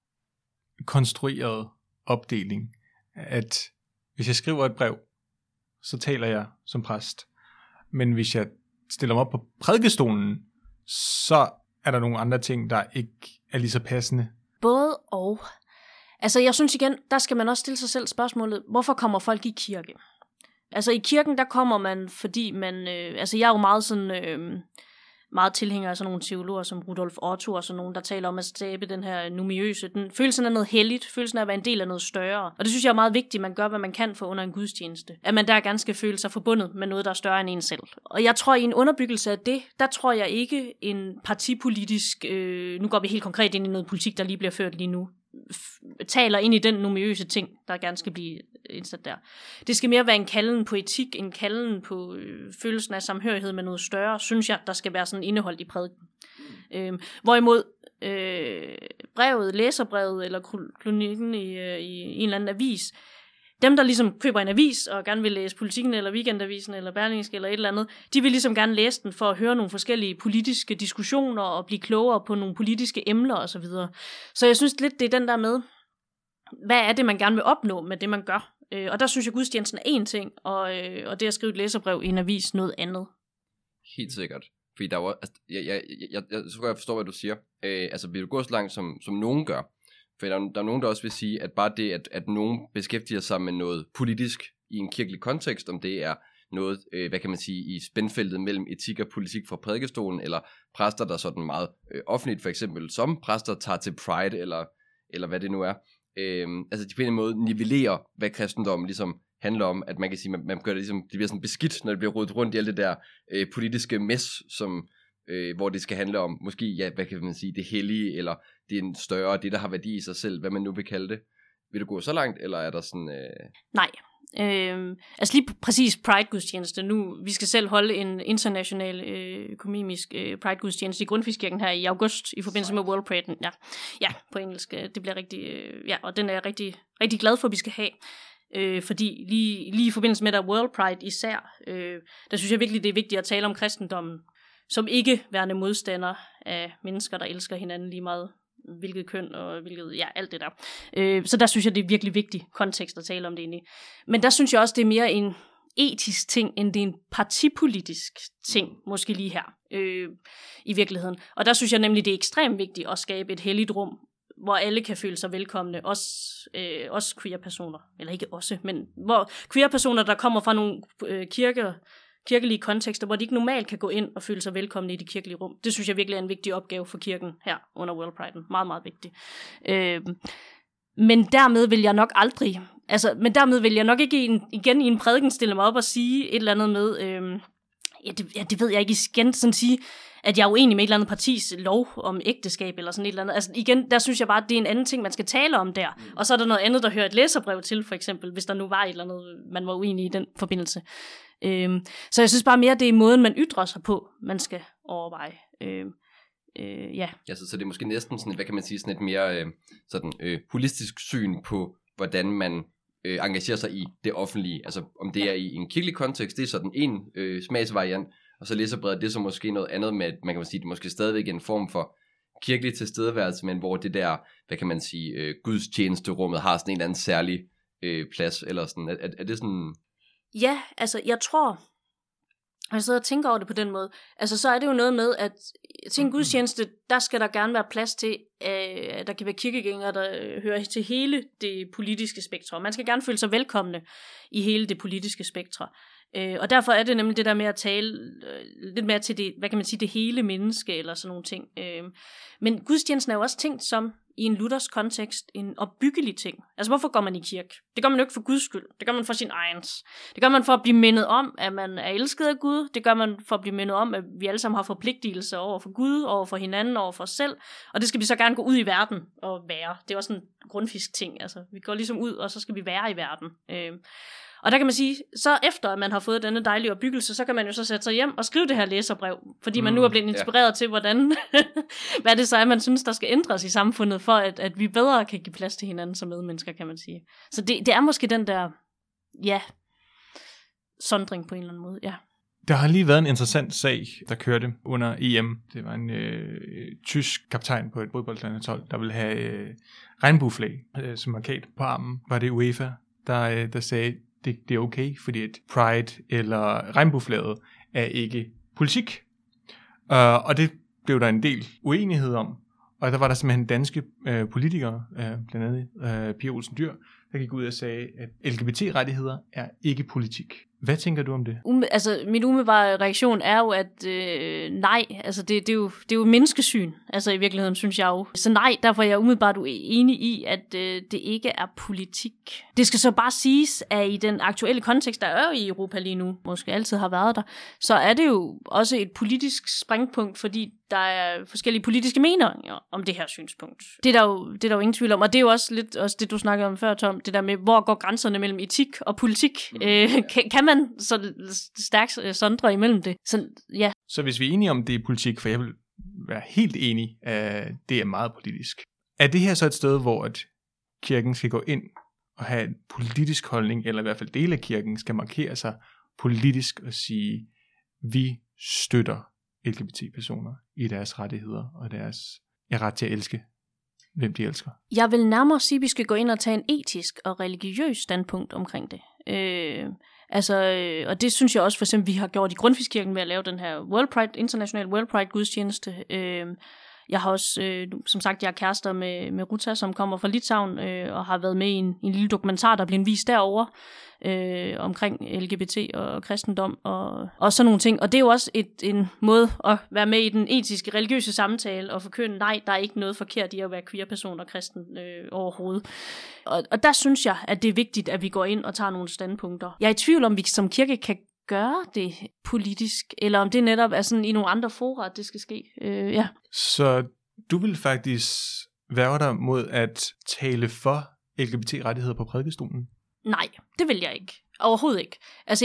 konstrueret opdeling, at hvis jeg skriver et brev, så taler jeg som præst, men hvis jeg stiller mig op på prædikestolen, så er der nogle andre ting, der ikke er lige så passende? Både og. Altså jeg synes igen, der skal man også stille sig selv spørgsmålet, hvorfor kommer folk i kirke? Altså i kirken, der kommer man, fordi man, altså jeg er jo meget sådan, meget tilhænger af sådan nogle teologer som Rudolf Otto og sådan nogen, der taler om at skabe den her numiøse, følelsen af noget helligt, følelsen af at være en del af noget større. Og det synes jeg er meget vigtigt, man gør, hvad man kan for under en gudstjeneste. At man der gerne skal føle sig forbundet med noget, der er større end en selv. Og jeg tror, i en underbyggelse af det, der tror jeg ikke en partipolitisk, nu går vi helt konkret ind i noget politik, der lige bliver ført lige nu, taler ind i den numiøse ting, der gerne skal blive indsat der. Det skal mere være en kalden på etik, en kalden på følelsen af samhørighed med noget større, synes jeg, der skal være sådan indeholdt i prædiken. Hvorimod brevet, læserbrevet eller kronikken i en eller anden avis, dem, der ligesom køber en avis og gerne vil læse Politikken eller Weekendavisen eller Berlingske eller et eller andet, de vil ligesom gerne læse den for at høre nogle forskellige politiske diskussioner og blive klogere på nogle politiske emner osv. Så jeg synes lidt, det er den der med, hvad er det, man gerne vil opnå med det, man gør? Og der synes jeg, gudstjenesten er én ting, og det at skrive et læserbrev i en avis noget andet. Helt sikkert. Fordi der var, altså, jeg tror, jeg forstår, hvad du siger. Altså, vil du gå så langt, som nogen gør? For der er nogen, der også vil sige, at bare det, at nogen beskæftiger sig med noget politisk i en kirkelig kontekst, om det er noget, hvad kan man sige, i spændfeltet mellem etik og politik fra prædikestolen, eller præster, der sådan meget offentligt, for eksempel som præster, tager til Pride, eller hvad det nu er. Altså de på en måde nivellerer, hvad kristendommen ligesom handler om, at man kan sige, man gør det ligesom, det bliver sådan beskidt, når det bliver rodet rundt i alt det der politiske mess, som hvor det skal handle om, måske, ja, hvad kan man sige, det hellige, eller det er en større, det der har værdi i sig selv, hvad man nu vil kalde det. Vil du gå så langt, eller er der sådan... Nej. Altså lige præcis Pride-gudstjeneste nu, vi skal selv holde en international økumenisk Pride-gudstjeneste i Grundtvigskirken her i august, i forbindelse med World Pride. Ja, på engelsk, det bliver rigtig, og den er jeg rigtig, rigtig glad for, at vi skal have. Fordi lige i forbindelse med der World Pride især, der synes jeg virkelig, det er vigtigt at tale om kristendommen, som ikke værende modstander af mennesker, der elsker hinanden lige meget, hvilket køn og hvilket, ja, alt det der. Så der synes jeg, det er virkelig vigtig kontekst at tale om det egentlig. Men der synes jeg også, det er mere en etisk ting, end det er en partipolitisk ting, måske lige her, i virkeligheden. Og der synes jeg nemlig, det er ekstremt vigtigt at skabe et helligt rum, hvor alle kan føle sig velkomne, også queer-personer, eller ikke også, men hvor queer-personer, der kommer fra nogle kirkelige kontekster, hvor de ikke normalt kan gå ind og føle sig velkomne i det kirkelige rum. Det synes jeg virkelig er en vigtig opgave for kirken her under World Pride. Meget, meget vigtig. Men dermed vil jeg nok aldrig, ikke igen i en prædiken stille mig op og sige et eller andet med, det ved jeg ikke igen, sådan sige, at jeg er uenig med et eller andet partis lov om ægteskab eller sådan et eller andet. Altså igen, der synes jeg bare, at det er en anden ting, man skal tale om der. Og så er der noget andet, der hører et læserbrev til, for eksempel, hvis der nu var et eller andet, man var uenig i den forbindelse. Så jeg synes bare mere, det er måden, man ytrer sig på, man skal overveje. Ja. Ja, så det er måske næsten sådan, hvad kan man sige, sådan et mere holistisk syn på, hvordan man engagerer sig i det offentlige. Altså om det er i en kirkelig kontekst, det er sådan en smagsvariant, og så læserbrevet, det er så måske noget andet med, man kan sige, det er måske stadigvæk en form for kirkelig tilstedeværelse, men hvor det der, hvad kan man sige, gudstjenesterummet har sådan en eller anden særlig plads, eller sådan, er det sådan... Ja, altså jeg tror, jeg sidder og tænker over det på den måde, altså så er det jo noget med, at til en gudstjeneste, der skal der gerne være plads til, at der kan være kirkegængere, der hører til hele det politiske spektrum. Man skal gerne føle sig velkomne i hele det politiske spektrum. Og derfor er det nemlig det der med at tale lidt mere til det, hvad kan man sige, det hele menneske, eller sådan nogle ting. Men gudstjenesten er jo også tænkt som, i en luthersk kontekst, en opbyggelig ting. Altså hvorfor går man i kirke? Det gør man jo ikke for Guds skyld. Det gør man for sin egen. Det gør man for at blive mindet om, at man er elsket af Gud. Det gør man for at blive mindet om, at vi alle sammen har forpligtelser over for Gud, over for hinanden, over for os selv. Og det skal vi så gerne gå ud i verden og være. Det er også en grundfisk ting. Altså vi går ligesom ud, og så skal vi være i verden. Og der kan man sige, så efter at man har fået denne dejlige opbyggelse, så kan man jo så sætte sig hjem og skrive det her læserbrev, fordi man nu er blevet inspireret til, hvordan, hvad det så er, man synes, der skal ændres i samfundet, for at vi bedre kan give plads til hinanden som medmennesker, kan man sige. Så det er måske den der, sondring på en eller anden måde, ja. Der har lige været en interessant sag, der kørte under EM. Det var en tysk kaptajn på et fodboldlandshold, der ville have regnbueflag som markat på armen. Var det UEFA, der sagde, det er okay, fordi at Pride eller regnbueflaget er ikke politik. Og det blev der en del uenighed om. Og der var der simpelthen danske politikere, blandt andet Pia Olsen Dyhr, der gik ud og sagde, at LGBT-rettigheder er ikke politik. Hvad tænker du om det? Altså, min umiddelbare reaktion er jo, at nej, altså det er jo menneskesyn, altså i virkeligheden, synes jeg jo. Så nej, derfor er jeg umiddelbart enig i, at det ikke er politik. Det skal så bare siges, at i den aktuelle kontekst, der er jo i Europa lige nu, måske altid har været der, så er det jo også et politisk springpunkt, fordi der er forskellige politiske meninger om det her synspunkt. Det er der jo ingen tvivl om, og det er jo også lidt også det, du snakkede om før, Tom, det der med, hvor går grænserne mellem etik og politik? Kan man så stærkt sondre imellem det? Så hvis vi er enige om, det er politik, for jeg vil være helt enig, at det er meget politisk. Er det her så et sted, hvor at kirken skal gå ind og have en politisk holdning, eller i hvert fald dele af kirken skal markere sig politisk og sige, vi støtter LGBT-personer i deres rettigheder og deres ret til at elske, hvem de elsker? Jeg vil nærmere sige, at vi skal gå ind og tage en etisk og religiøs standpunkt omkring det. Og det synes jeg også, for eksempel, vi har gjort i Grundtvigskirken ved at lave den her international World Pride gudstjeneste. Jeg har også, som sagt, jeg er kærester med Ruta, som kommer fra Litauen, og har været med i en lille dokumentar, der bliver vist derovre, omkring LGBT og kristendom og sådan nogle ting. Og det er jo også en måde at være med i den etiske, religiøse samtale og forkynde, nej, der er ikke noget forkert i at være queer-person og kristen overhovedet. Og der synes jeg, at det er vigtigt, at vi går ind og tager nogle standpunkter. Jeg er i tvivl om, vi som kirke kan gøre det politisk, eller om det netop er sådan i nogle andre fora, at det skal ske. Ja. Så du vil faktisk værge dig mod at tale for LGBT-rettigheder på prædikestolen? Nej, det vil jeg ikke. Overhovedet ikke. Altså,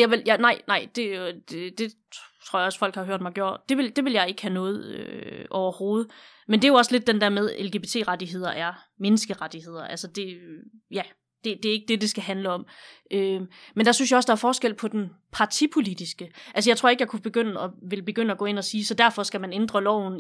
det tror jeg også, folk har hørt mig gøre. Det vil jeg ikke have noget overhovedet. Men det er jo også lidt den der med, LGBT-rettigheder er menneskerettigheder. Altså, det er ikke det skal handle om. Men der synes jeg også, der er forskel på den partipolitiske. Altså, jeg tror ikke, jeg kunne begynde at gå ind og sige, så derfor skal man ændre loven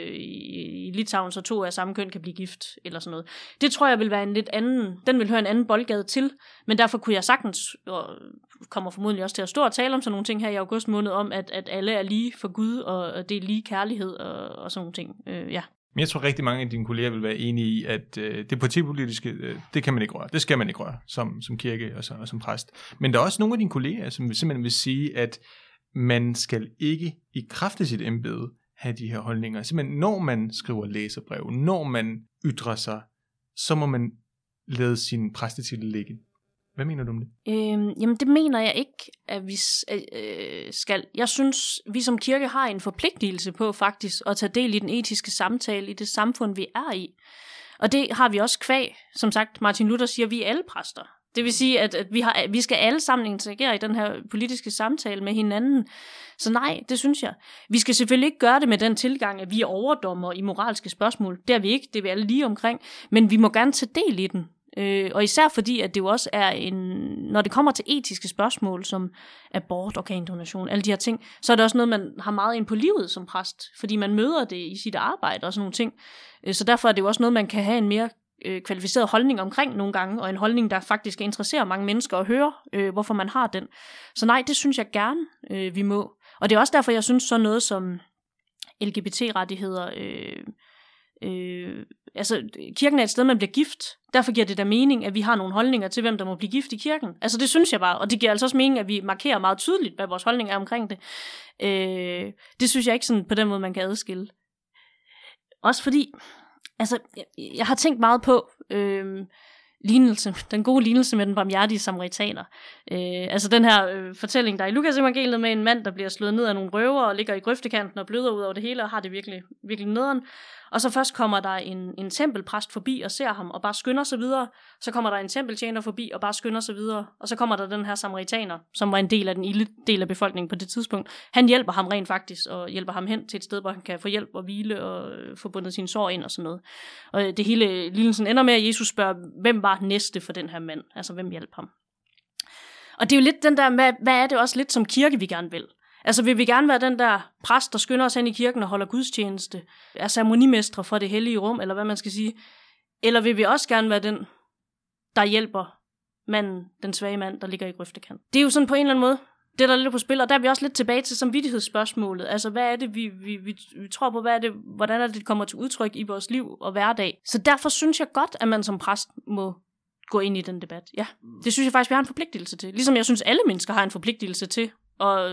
i Litauen, så 2 af samme køn kan blive gift, eller sådan noget. Det tror jeg vil være en lidt anden, den vil høre en anden boldgade til, men derfor kunne jeg sagtens, og kommer formodentlig også til at stå og tale om sådan nogle ting her i august måned, om at alle er lige for Gud, og det er lige kærlighed, og sådan nogle ting, ja. Men jeg tror rigtig mange af dine kolleger vil være enige i, at det partipolitiske, det kan man ikke røre. Det skal man ikke røre som kirke og som præst. Men der er også nogle af dine kolleger, som simpelthen vil sige, at man skal ikke i kraft af sit embede have de her holdninger. Simpelthen når man skriver læserbrev, når man ytrer sig, så må man lade sin præstetitel ligge. Hvad mener du om det? Jamen det mener jeg ikke, at vi skal. Jeg synes, vi som kirke har en forpligtelse på faktisk at tage del i den etiske samtale i det samfund, vi er i. Og det har vi også kvæg. Som sagt, Martin Luther siger, at vi er alle præster. Det vil sige, at vi skal alle sammen interagere i den her politiske samtale med hinanden. Så nej, det synes jeg. Vi skal selvfølgelig ikke gøre det med den tilgang, at vi er overdommer i moralske spørgsmål. Det er vi ikke, det er vi alle lige omkring. Men vi må gerne tage del i den. Og især fordi, at det jo også er når det kommer til etiske spørgsmål, som abort, organdonation, alle de her ting, så er det også noget, man har meget ind på livet som præst, fordi man møder det i sit arbejde og sådan nogle ting. Så derfor er det jo også noget, man kan have en mere kvalificeret holdning omkring nogle gange, og en holdning, der faktisk interesserer mange mennesker at høre, hvorfor man har den. Så nej, det synes jeg gerne, vi må. Og det er også derfor, jeg synes så noget som LGBT-rettigheder, altså kirken er et sted, man bliver gift. Derfor giver det da mening, at vi har nogle holdninger til, hvem der må blive gift i kirken. Altså det synes jeg bare, og det giver altså også mening, at vi markerer meget tydeligt, hvad vores holdning er omkring det. Det synes jeg ikke sådan på den måde, man kan adskille. Også fordi, altså jeg har tænkt meget på den gode lignelse med den barmhjertige samaritaner. Altså den her fortælling, der er i Lukas evangeliet med en mand, der bliver slået ned af nogle røvere og ligger i grøftekanten og bløder ud over det hele og har det virkelig, virkelig nederen. Og så først kommer der en tempelpræst forbi og ser ham og bare skynder sig videre. Så kommer der en tempeltjener forbi og bare skynder sig videre. Og så kommer der den her samaritaner, som var en del af den ilde del af befolkningen på det tidspunkt. Han hjælper ham rent faktisk og hjælper ham hen til et sted, hvor han kan få hjælp og hvile og få bundet sine sår ind og sådan noget. Og det hele lignelsen ender med, at Jesus spørger, hvem var næste for den her mand? Altså hvem hjalp ham? Og det er jo lidt den der, hvad er det også lidt som kirke, vi gerne vil? Altså vil vi gerne være den der præst, der skynder os hen i kirken og holder gudstjeneste, er ceremonimestre for det hellige rum, eller hvad man skal sige? Eller vil vi også gerne være den, der hjælper manden, den svage mand, der ligger i grøftekanten? Det er jo sådan på en eller anden måde, det er der lidt på spil, og der er vi også lidt tilbage til samvittighedsspørgsmålet. Altså hvad er det, vi tror på, hvordan er det kommer til udtryk i vores liv og hverdag? Så derfor synes jeg godt, at man som præst må gå ind i den debat. Ja, det synes jeg faktisk, vi har en forpligtelse til. Ligesom jeg synes, alle mennesker har en forpligtelse til og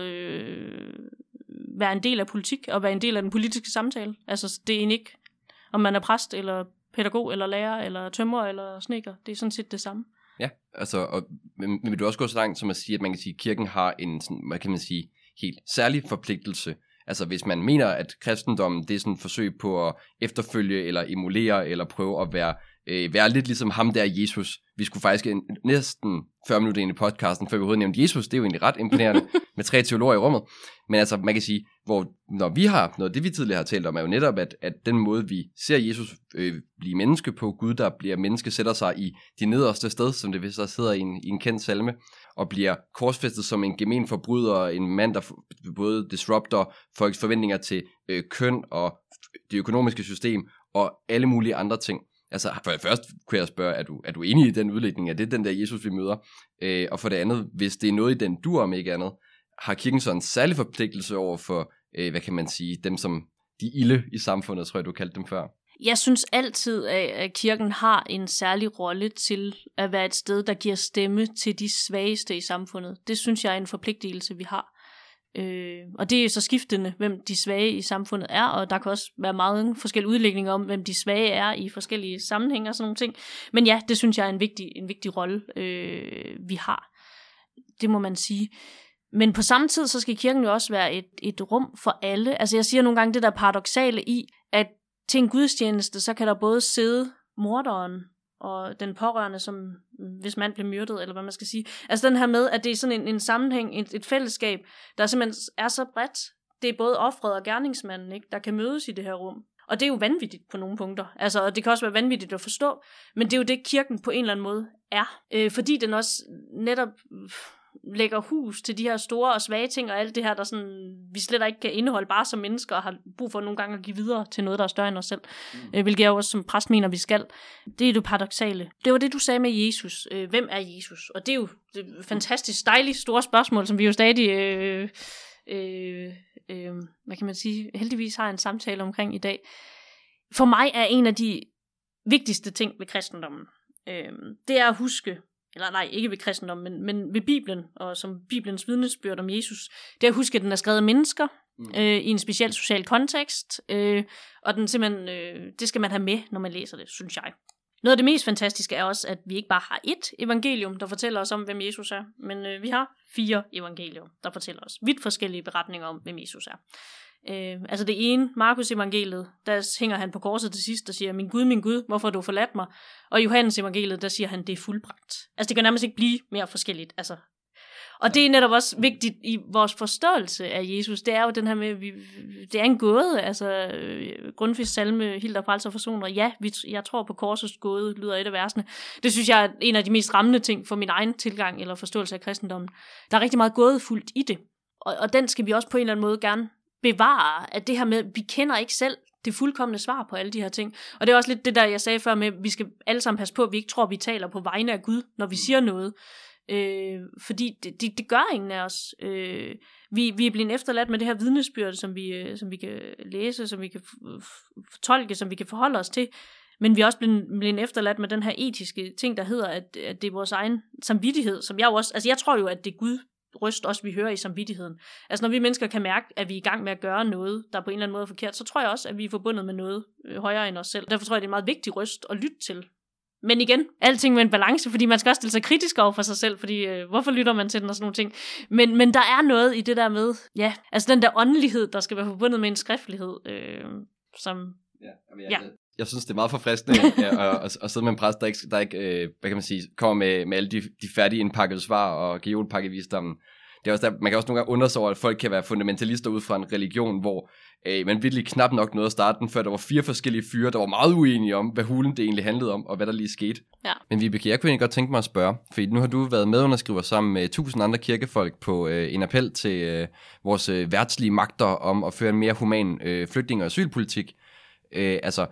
være en del af politik, og være en del af den politiske samtale. Altså, det er egentlig ikke, om man er præst, eller pædagog, eller lærer, eller tømrer, eller snedker. Det er sådan set det samme. Ja, altså, men vil du også gå så langt som at sige, at man kan sige, at kirken har en, sådan, hvad kan man sige, helt særlig forpligtelse. Altså, hvis man mener, at kristendommen, det er sådan et forsøg på at efterfølge, eller emulere, eller prøve at være lidt ligesom ham der Jesus. Vi skulle faktisk næsten 40 minutter ind i podcasten, før vi overhovedet nævnte Jesus. Det er jo egentlig ret imponerende med 3 teologer i rummet. Men altså, man kan sige, når vi har, noget det vi tidligere har talt om, er jo netop, at den måde, vi ser Jesus blive menneske på, Gud, der bliver menneske, sætter sig i de nederste sted, som det vist også hedder i en kendt salme, og bliver korsfæstet som en gemen forbryder, en mand, der både disrupter folks forventninger til køn og det økonomiske system, og alle mulige andre ting. Altså, for det første kunne jeg spørge, er du enig i den udlægning? Er det den der Jesus, vi møder? Og for det andet, hvis det er noget i den dur, om ikke andet, har kirken så en særlig forpligtelse over for, hvad kan man sige, dem som de ilde i samfundet, tror jeg, du kaldte dem før. Jeg synes altid, at kirken har en særlig rolle til at være et sted, der giver stemme til de svageste i samfundet. Det synes jeg er en forpligtelse, vi har. Og det er så skiftende, hvem de svage i samfundet er, og der kan også være meget forskellige udlægninger om, hvem de svage er i forskellige sammenhænge og sådan nogle ting. Men ja, det synes jeg er en vigtig rolle, vi har. Det må man sige. Men på samme tid, så skal kirken jo også være et rum for alle. Altså jeg siger nogle gange det der paradoksale i, at til en gudstjeneste, så kan der både sidde morderen og den pårørende, som hvis mand blev myrdet, eller hvad man skal sige. Altså den her med, at det er sådan en sammenhæng, et fællesskab, der simpelthen er så bredt. Det er både offeret og gerningsmanden, ikke, der kan mødes i det her rum. Og det er jo vanvittigt på nogle punkter. Altså, og det kan også være vanvittigt at forstå, men det er jo det, kirken på en eller anden måde er. Fordi den også netop lægger hus til de her store og svage ting, og alt det her, der sådan, vi slet ikke kan indeholde bare som mennesker, og har brug for nogle gange at give videre til noget, der er større end os selv. Hvilket jeg også som præst mener, vi skal. Det er det paradoksale. Det var det, du sagde med Jesus. Hvem er Jesus? Og det er jo et fantastisk dejligt store spørgsmål, som vi jo stadig, hvad kan man sige, heldigvis har en samtale omkring i dag. For mig er en af de vigtigste ting ved kristendommen, det er at huske, eller nej, ikke ved kristendommen, men ved Bibelen, og som Bibelens vidnesbyrd om Jesus, det er at huske, at den er skrevet af mennesker, i en speciel social kontekst, og den simpelthen, det skal man have med, når man læser det, synes jeg. Noget af det mest fantastiske er også, at vi ikke bare har ét evangelium, der fortæller os om, hvem Jesus er, men vi har 4 evangelier, der fortæller os vidt forskellige beretninger om, hvem Jesus er. Altså det ene, Markus evangeliet, der hænger han på korset til sidst og siger, min Gud, hvorfor har du forladt mig? Og Johannes evangeliet, der siger han, det er fuldbragt. Altså det kan nærmest ikke blive mere forskelligt. Altså. Og det er netop også vigtigt i vores forståelse af Jesus. Det er jo den her med, det er en gåde. Altså Grundtvigs salme, Hilder frelser forsoner. Ja, jeg tror på korsets gåde, lyder et af versene. Det synes jeg er en af de mest rammende ting for min egen tilgang eller forståelse af kristendommen. Der er rigtig meget gådefuldt i det. Og den skal vi også på en eller anden måde gerne bevare, at det her med, vi kender ikke selv det fuldkomne svar på alle de her ting. Og det er også lidt det der, jeg sagde før med, vi skal alle sammen passe på, at vi ikke tror, vi taler på vegne af Gud, når vi siger noget. Fordi det gør ingen af os. Vi er blevet efterladt med det her vidnesbyrd, som vi kan læse, som vi kan fortolke, som vi kan forholde os til. Men vi er også blevet efterladt med den her etiske ting, der hedder, at det er vores egen samvittighed, som jeg jo også, altså jeg tror jo, at det er Gud røst også, vi hører i samvittigheden. Altså når vi mennesker kan mærke, at vi er i gang med at gøre noget, der på en eller anden måde er forkert, så tror jeg også, at vi er forbundet med noget højere end os selv. Derfor tror jeg, det er en meget vigtig røst at lytte til. Men igen, alting med en balance, fordi man skal også stille sig kritisk over for sig selv, fordi hvorfor lytter man til den og sådan nogle ting. Men der er noget i det der med, ja, altså den der åndelighed, der skal være forbundet med en skriftlighed, som... Ja. Jeg synes, det er meget forfriskende at sidde med en præst, der ikke hvad kan man sige, kommer med alle de færdige indpakkede svar og geolpakkevisdommen. Det er også der, man kan også nogle gange undre sig over, at folk kan være fundamentalister ud fra en religion, hvor man virkelig knap nok nåede at starte den, før der var 4 forskellige fyre, der var meget uenige om, hvad hulen det egentlig handlede om, og hvad der lige skete. Ja. Men Vibeke, jeg kunne egentlig godt tænke mig at spørge, for nu har du været medunderskriver sammen med 1000 andre kirkefolk på en appel til vores værtslige magter om at føre en mere human flygtninge- og asylpolitik. Altså,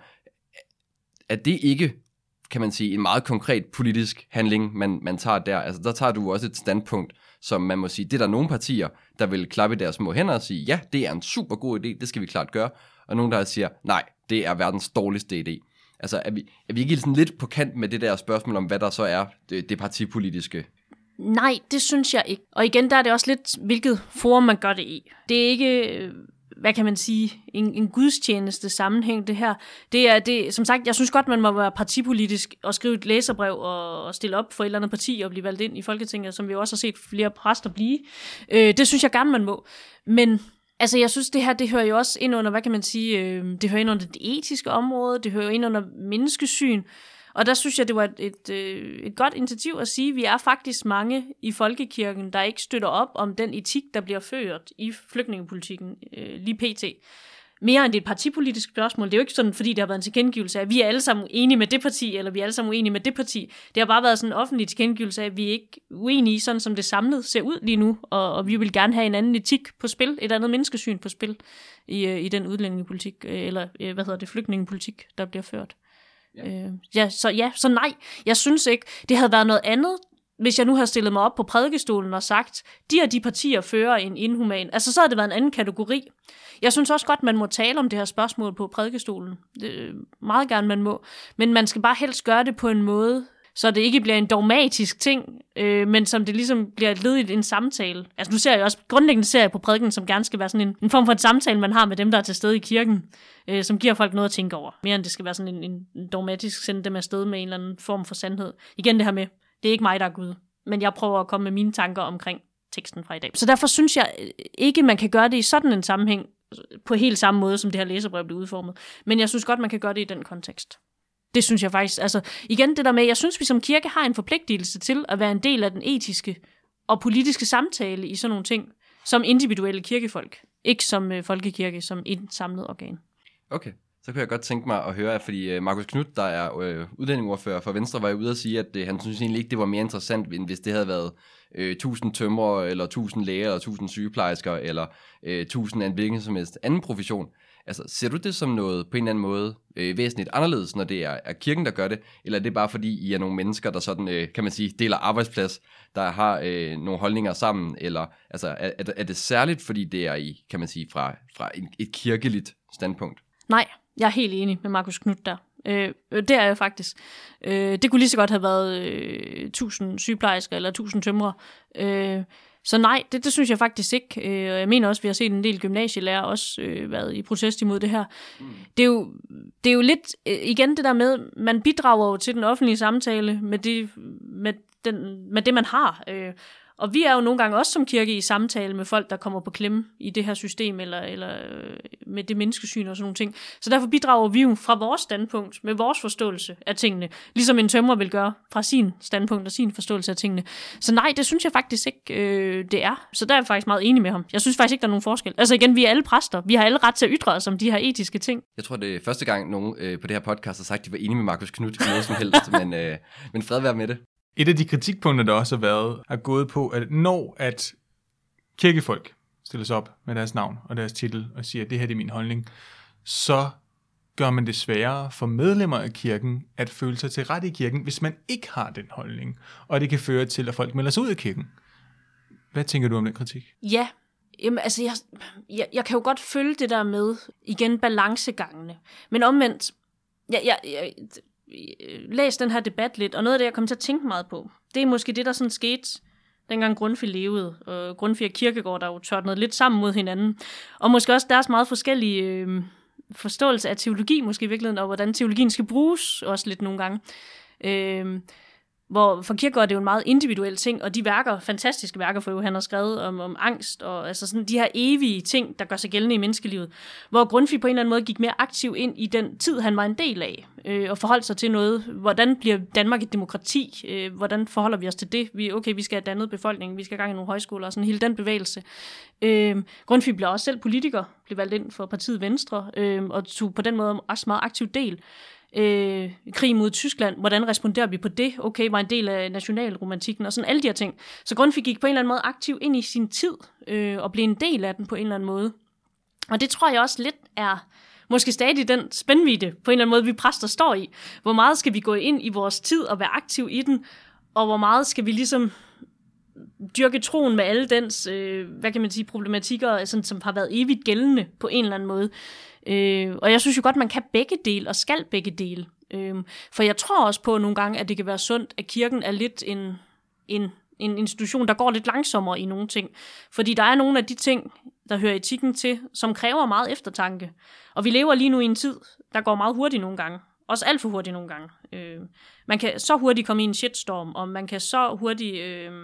er det ikke, kan man sige, en meget konkret politisk handling, man tager der? Altså, der tager du også et standpunkt, som man må sige, det er der nogle partier, der vil klappe i deres små hænder og sige, ja, det er en super god idé, det skal vi klart gøre. Og nogle, der siger, nej, det er verdens dårligste idé. Altså, er vi ikke sådan lidt på kant med det der spørgsmål om, hvad der så er det partipolitiske? Nej, det synes jeg ikke. Og igen, der er det også lidt, hvilket forum man gør det i. Det er ikke... hvad kan man sige, en gudstjeneste sammenhæng det her. Det er, som sagt, jeg synes godt, man må være partipolitisk og skrive et læserbrev og stille op for et eller andet parti og blive valgt ind i Folketinget, som vi jo også har set flere præster blive. Det synes jeg gerne, man må. Men altså, jeg synes, det her, det hører jo også ind under, hvad kan man sige, det hører ind under det etiske område, det hører ind under menneskesyn. Og der synes jeg, det var et godt initiativ at sige, at vi er faktisk mange i folkekirken, der ikke støtter op om den etik, der bliver ført i flygtningepolitikken lige pt. Mere end det er et partipolitisk spørgsmål. Det er jo ikke sådan, fordi det har været en tilkendegivelse af, at vi er alle sammen enige med det parti, eller vi er alle sammen uenige med det parti. Det har bare været sådan en offentlig tilkendegivelse af, at vi er ikke uenige, sådan som det samlet ser ud lige nu, og vi vil gerne have en anden etik på spil, et andet menneskesyn på spil i den udlændingepolitik, eller flygtningepolitik, der bliver ført. Ja. Så nej, jeg synes ikke, det havde været noget andet, hvis jeg nu havde stillet mig op på prædikestolen og sagt, de og de partier fører en inhuman, altså så havde det været en anden kategori. Jeg synes også godt, man må tale om det her spørgsmål på prædikestolen. Meget gerne man må. Men man skal bare helst gøre det på en måde, så det ikke bliver en dogmatisk ting, men som det ligesom bliver et led i en samtale. Altså nu ser jeg også, grundlæggende ser jeg på prædiken, som gerne skal være sådan en form for en samtale, man har med dem, der er til stede i kirken, som giver folk noget at tænke over. Mere end det skal være sådan en dogmatisk sende dem afsted med en eller anden form for sandhed. Igen det her med, det er ikke mig, der er Gud, men jeg prøver at komme med mine tanker omkring teksten fra i dag. Så derfor synes jeg ikke, man kan gøre det i sådan en sammenhæng, på helt samme måde, som det her læserbrev blev udformet. Men jeg synes godt, man kan gøre det i den kontekst. Det synes jeg faktisk, altså igen det der med, jeg synes, vi som kirke har en forpligtelse til at være en del af den etiske og politiske samtale i sådan nogle ting, som individuelle kirkefolk, ikke som folkekirke, som et samlet organ. Okay, så kunne jeg godt tænke mig at høre, fordi Marcus Knuth, der er udlændingeordfører for Venstre, var jo ude at sige, at han synes egentlig ikke, det var mere interessant, end hvis det havde været 1000 tømrere, eller 1000 læger, eller 1000 sygeplejersker, eller 1000 af en hvilken som helst anden profession. Altså, ser du det som noget på en eller anden måde væsentligt anderledes, når det er kirken, der gør det? Eller er det bare fordi, I er nogle mennesker, der sådan, kan man sige, deler arbejdsplads, der har nogle holdninger sammen? Eller altså, er det særligt, fordi det er i, kan man sige, fra et kirkeligt standpunkt? Nej, jeg er helt enig med Marcus Knuth der. Det er jeg faktisk. Det kunne lige så godt have været 1000 sygeplejersker eller 1000 tømrere. Så nej, det synes jeg faktisk ikke. Og jeg mener også, vi har set en del gymnasielærer også været i protest imod det her. Det er jo lidt, igen det der med, man bidrager jo til den offentlige samtale med det man har. Og vi er jo nogle gange også som kirke i samtale med folk, der kommer på klemme i det her system, eller med det menneskesyn og sådan nogle ting. Så derfor bidrager vi jo fra vores standpunkt, med vores forståelse af tingene, ligesom en tømrer vil gøre fra sin standpunkt og sin forståelse af tingene. Så nej, det synes jeg faktisk ikke, det er. Så der er jeg faktisk meget enig med ham. Jeg synes faktisk ikke, der er nogen forskel. Altså igen, vi er alle præster. Vi har alle ret til at ytre os om de her etiske ting. Jeg tror, det er første gang, nogen på det her podcast har sagt, at de var enige med Marcus Knuth i noget som helst, men fred være med det. Et af de kritikpunkter, der også har været, er gået på, at når at kirkefolk stiller sig op med deres navn og deres titel og siger, at det her er min holdning, så gør man det sværere for medlemmer af kirken at føle sig til ret i kirken, hvis man ikke har den holdning. Og det kan føre til, at folk melder sig ud af kirken. Hvad tænker du om den kritik? Ja, jamen, altså jeg kan jo godt følge det der med, igen, balancegangene. Men omvendt, jeg læs den her debat lidt, og noget af det, jeg kom til at tænke meget på, det er måske det, der sådan skete, dengang Grundtvig levede, og Grundtvig og Kierkegaard, der jo tørnede lidt sammen mod hinanden, og måske også deres meget forskellige forståelse af teologi, måske i virkeligheden, og hvordan teologien skal bruges, også lidt nogle gange. Hvor for Kierkegaard er det jo en meget individuel ting, og de værker, fantastiske værker for han har skrevet om angst, og altså sådan de her evige ting, der gør sig gældende i menneskelivet, hvor Grundtvig på en eller anden måde gik mere aktiv ind i den tid, han var en del af, og forholdt sig til noget, hvordan bliver Danmark et demokrati, hvordan forholder vi os til det, vi skal have dannet befolkningen, vi skal i gang i nogle højskoler, og sådan hele den bevægelse. Grundtvig blev også selv politiker, blev valgt ind for partiet Venstre, og tog på den måde også meget aktiv del. Krig mod Tyskland, hvordan responderer vi på det? Okay, var en del af nationalromantikken og sådan alle de her ting. Så Grundtvig gik på en eller anden måde aktiv ind i sin tid, og blev en del af den på en eller anden måde. Og det tror jeg også lidt er måske stadig den spændvidde på en eller anden måde, vi præster står i. Hvor meget skal vi gå ind i vores tid og være aktiv i den, og hvor meget skal vi ligesom dyrke troen med alle dens, hvad kan man sige, problematikker, sådan, som har været evigt gældende på en eller anden måde. Og jeg synes jo godt, man kan begge dele, og skal begge dele. For jeg tror også på nogle gange, at det kan være sundt, at kirken er lidt en institution, der går lidt langsommere i nogle ting. Fordi der er nogle af de ting, der hører etikken til, som kræver meget eftertanke. Og vi lever lige nu i en tid, der går meget hurtigt nogle gange. Også alt for hurtigt nogle gange. Man kan så hurtigt komme i en shitstorm, og man kan så hurtigt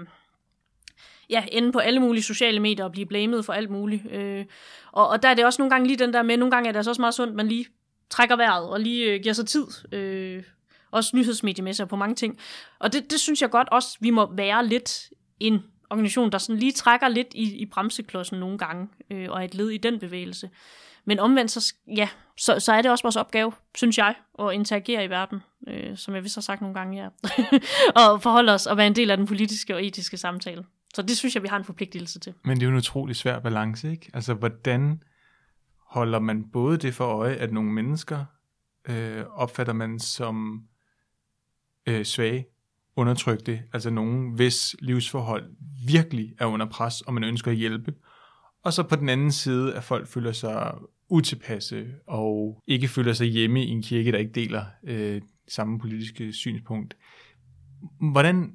ende på alle mulige sociale medier og blive blamet for alt muligt. Og der er det også nogle gange lige den der med, nogle gange er det også meget sundt, at man lige trækker vejret og lige giver sig tid. Også nyhedsmediemæssigt på mange ting. Og det synes jeg godt også, vi må være lidt en organisation, der sådan lige trækker lidt i bremseklodsen nogle gange, og er et led i den bevægelse. Men omvendt, så er det også vores opgave, synes jeg, at interagere i verden, som jeg vist har sagt nogle gange, ja. Og forholde os og være en del af den politiske og etiske samtale. Så det synes jeg, vi har en forpligtelse til. Men det er jo en utrolig svær balance, ikke? Altså, hvordan holder man både det for øje, at nogle mennesker opfatter man som svage, undertrykte, altså nogen, hvis livsforhold virkelig er under pres, og man ønsker at hjælpe. Og så på den anden side, at folk føler sig utilpasse, og ikke føler sig hjemme i en kirke, der ikke deler samme politiske synspunkt. Hvordan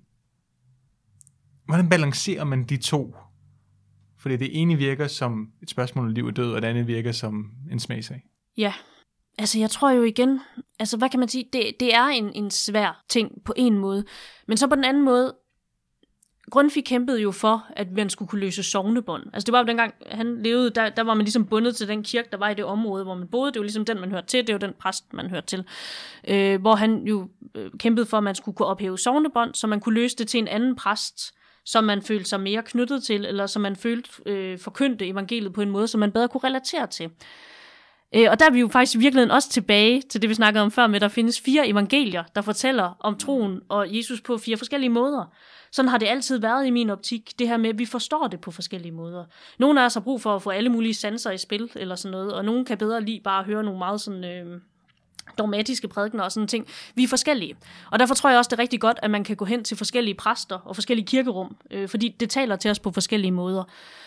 balancerer man de to? Fordi det ene virker som et spørgsmål om liv og død, og det andet virker som en smagsag. Ja, altså jeg tror jo igen, altså hvad kan man sige, det er en svær ting på en måde, men så på den anden måde, Grundtvig kæmpede jo for, at man skulle kunne løse sognebånd. Altså det var jo dengang, han levede, der var man ligesom bundet til den kirke, der var i det område, hvor man boede. Det var ligesom den, man hørte til. Det var den præst, man hørte til. Hvor han jo kæmpede for, at man skulle kunne ophæve sognebånd, så man kunne løse det til en anden præst, som man følte sig mere knyttet til, eller som man følte forkyndte evangeliet på en måde, som man bedre kunne relatere til. Og der er vi jo faktisk i virkeligheden også tilbage til det, vi snakkede om før med, at der findes 4 evangelier, der fortæller om troen og Jesus på 4 forskellige måder. Sådan har det altid været i min optik, det her med, at vi forstår det på forskellige måder. Nogle af os har brug for at få alle mulige sanser i spil, eller sådan noget, og nogle kan bedre lide bare at høre nogle meget sådan dogmatiske prædikener og sådan ting. Vi er forskellige. Og derfor tror jeg også, det er rigtig godt, at man kan gå hen til forskellige præster og forskellige kirkerum, fordi det taler til os på forskellige måder.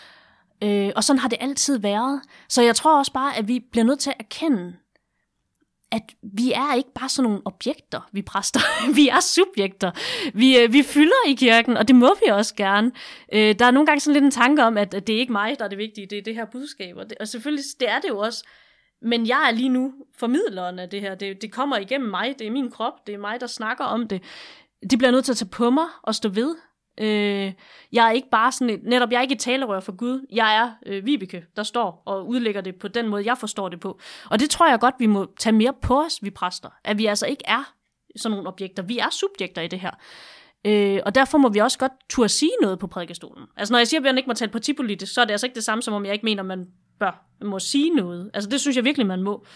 Og sådan har det altid været. Så jeg tror også bare, at vi bliver nødt til at erkende, at vi er ikke bare sådan nogle objekter, vi præster. Vi er subjekter. Vi fylder i kirken, og det må vi også gerne. Der er nogle gange sådan lidt en tanke om, at det er ikke mig, der er det vigtige, det er det her budskab. Og selvfølgelig, det er det jo også. Men jeg er lige nu formidleren af det her. Det kommer igennem mig, det er min krop, det er mig, der snakker om det. Det bliver nødt til at tage på mig og stå ved. Jeg er ikke bare sådan jeg er ikke et talerør for Gud. Jeg er Vibeke, der står og udlægger det på den måde, jeg forstår det på. Og det tror jeg godt, vi må tage mere på os, vi præster. At vi altså ikke er sådan nogle objekter. Vi er subjekter i det her. Og derfor må vi også godt turde sige noget på prædikestolen. Altså når jeg siger, at man ikke må tale partipolitisk, så er det altså ikke det samme, som om jeg ikke mener, man må sige noget. Altså det synes jeg virkelig, man må.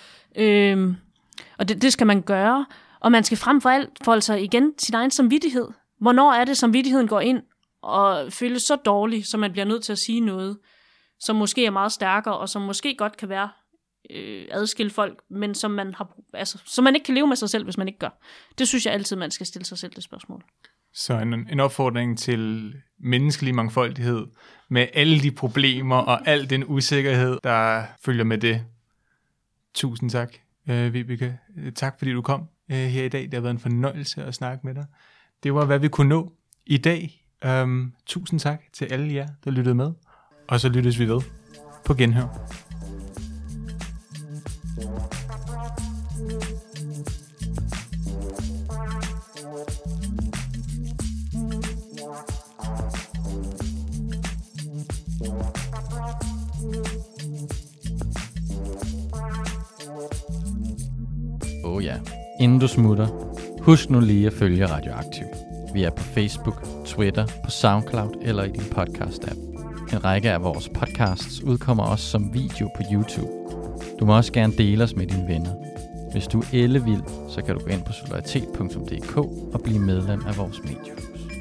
Og det skal man gøre. Og man skal frem for alt forholde sig igen sin egen samvittighed. Hvornår er det, samvittigheden går ind og føles så dårlig, så man bliver nødt til at sige noget, som måske er meget stærkere, og som måske godt kan være adskilt folk, men som man ikke kan leve med sig selv, hvis man ikke gør. Det synes jeg altid, man skal stille sig selv det spørgsmål. Så en opfordring til menneskelig mangfoldighed, med alle de problemer og al den usikkerhed, der følger med det. Tusind tak, Vibeke. Tak fordi du kom her i dag. Det har været en fornøjelse at snakke med dig. Det var, hvad vi kunne nå i dag. Tusind tak til alle jer, der lyttede med. Og så lyttes vi ved på genhør. Ja. Inden du smutter, husk nu lige at følge Radioaktiv. Vi er på Facebook, Twitter, på SoundCloud eller i din podcast-app. En række af vores podcasts udkommer også som video på YouTube. Du må også gerne dele os med dine venner. Hvis du er ellevild, så kan du gå ind på solidaritet.dk og blive medlem af vores mediehus.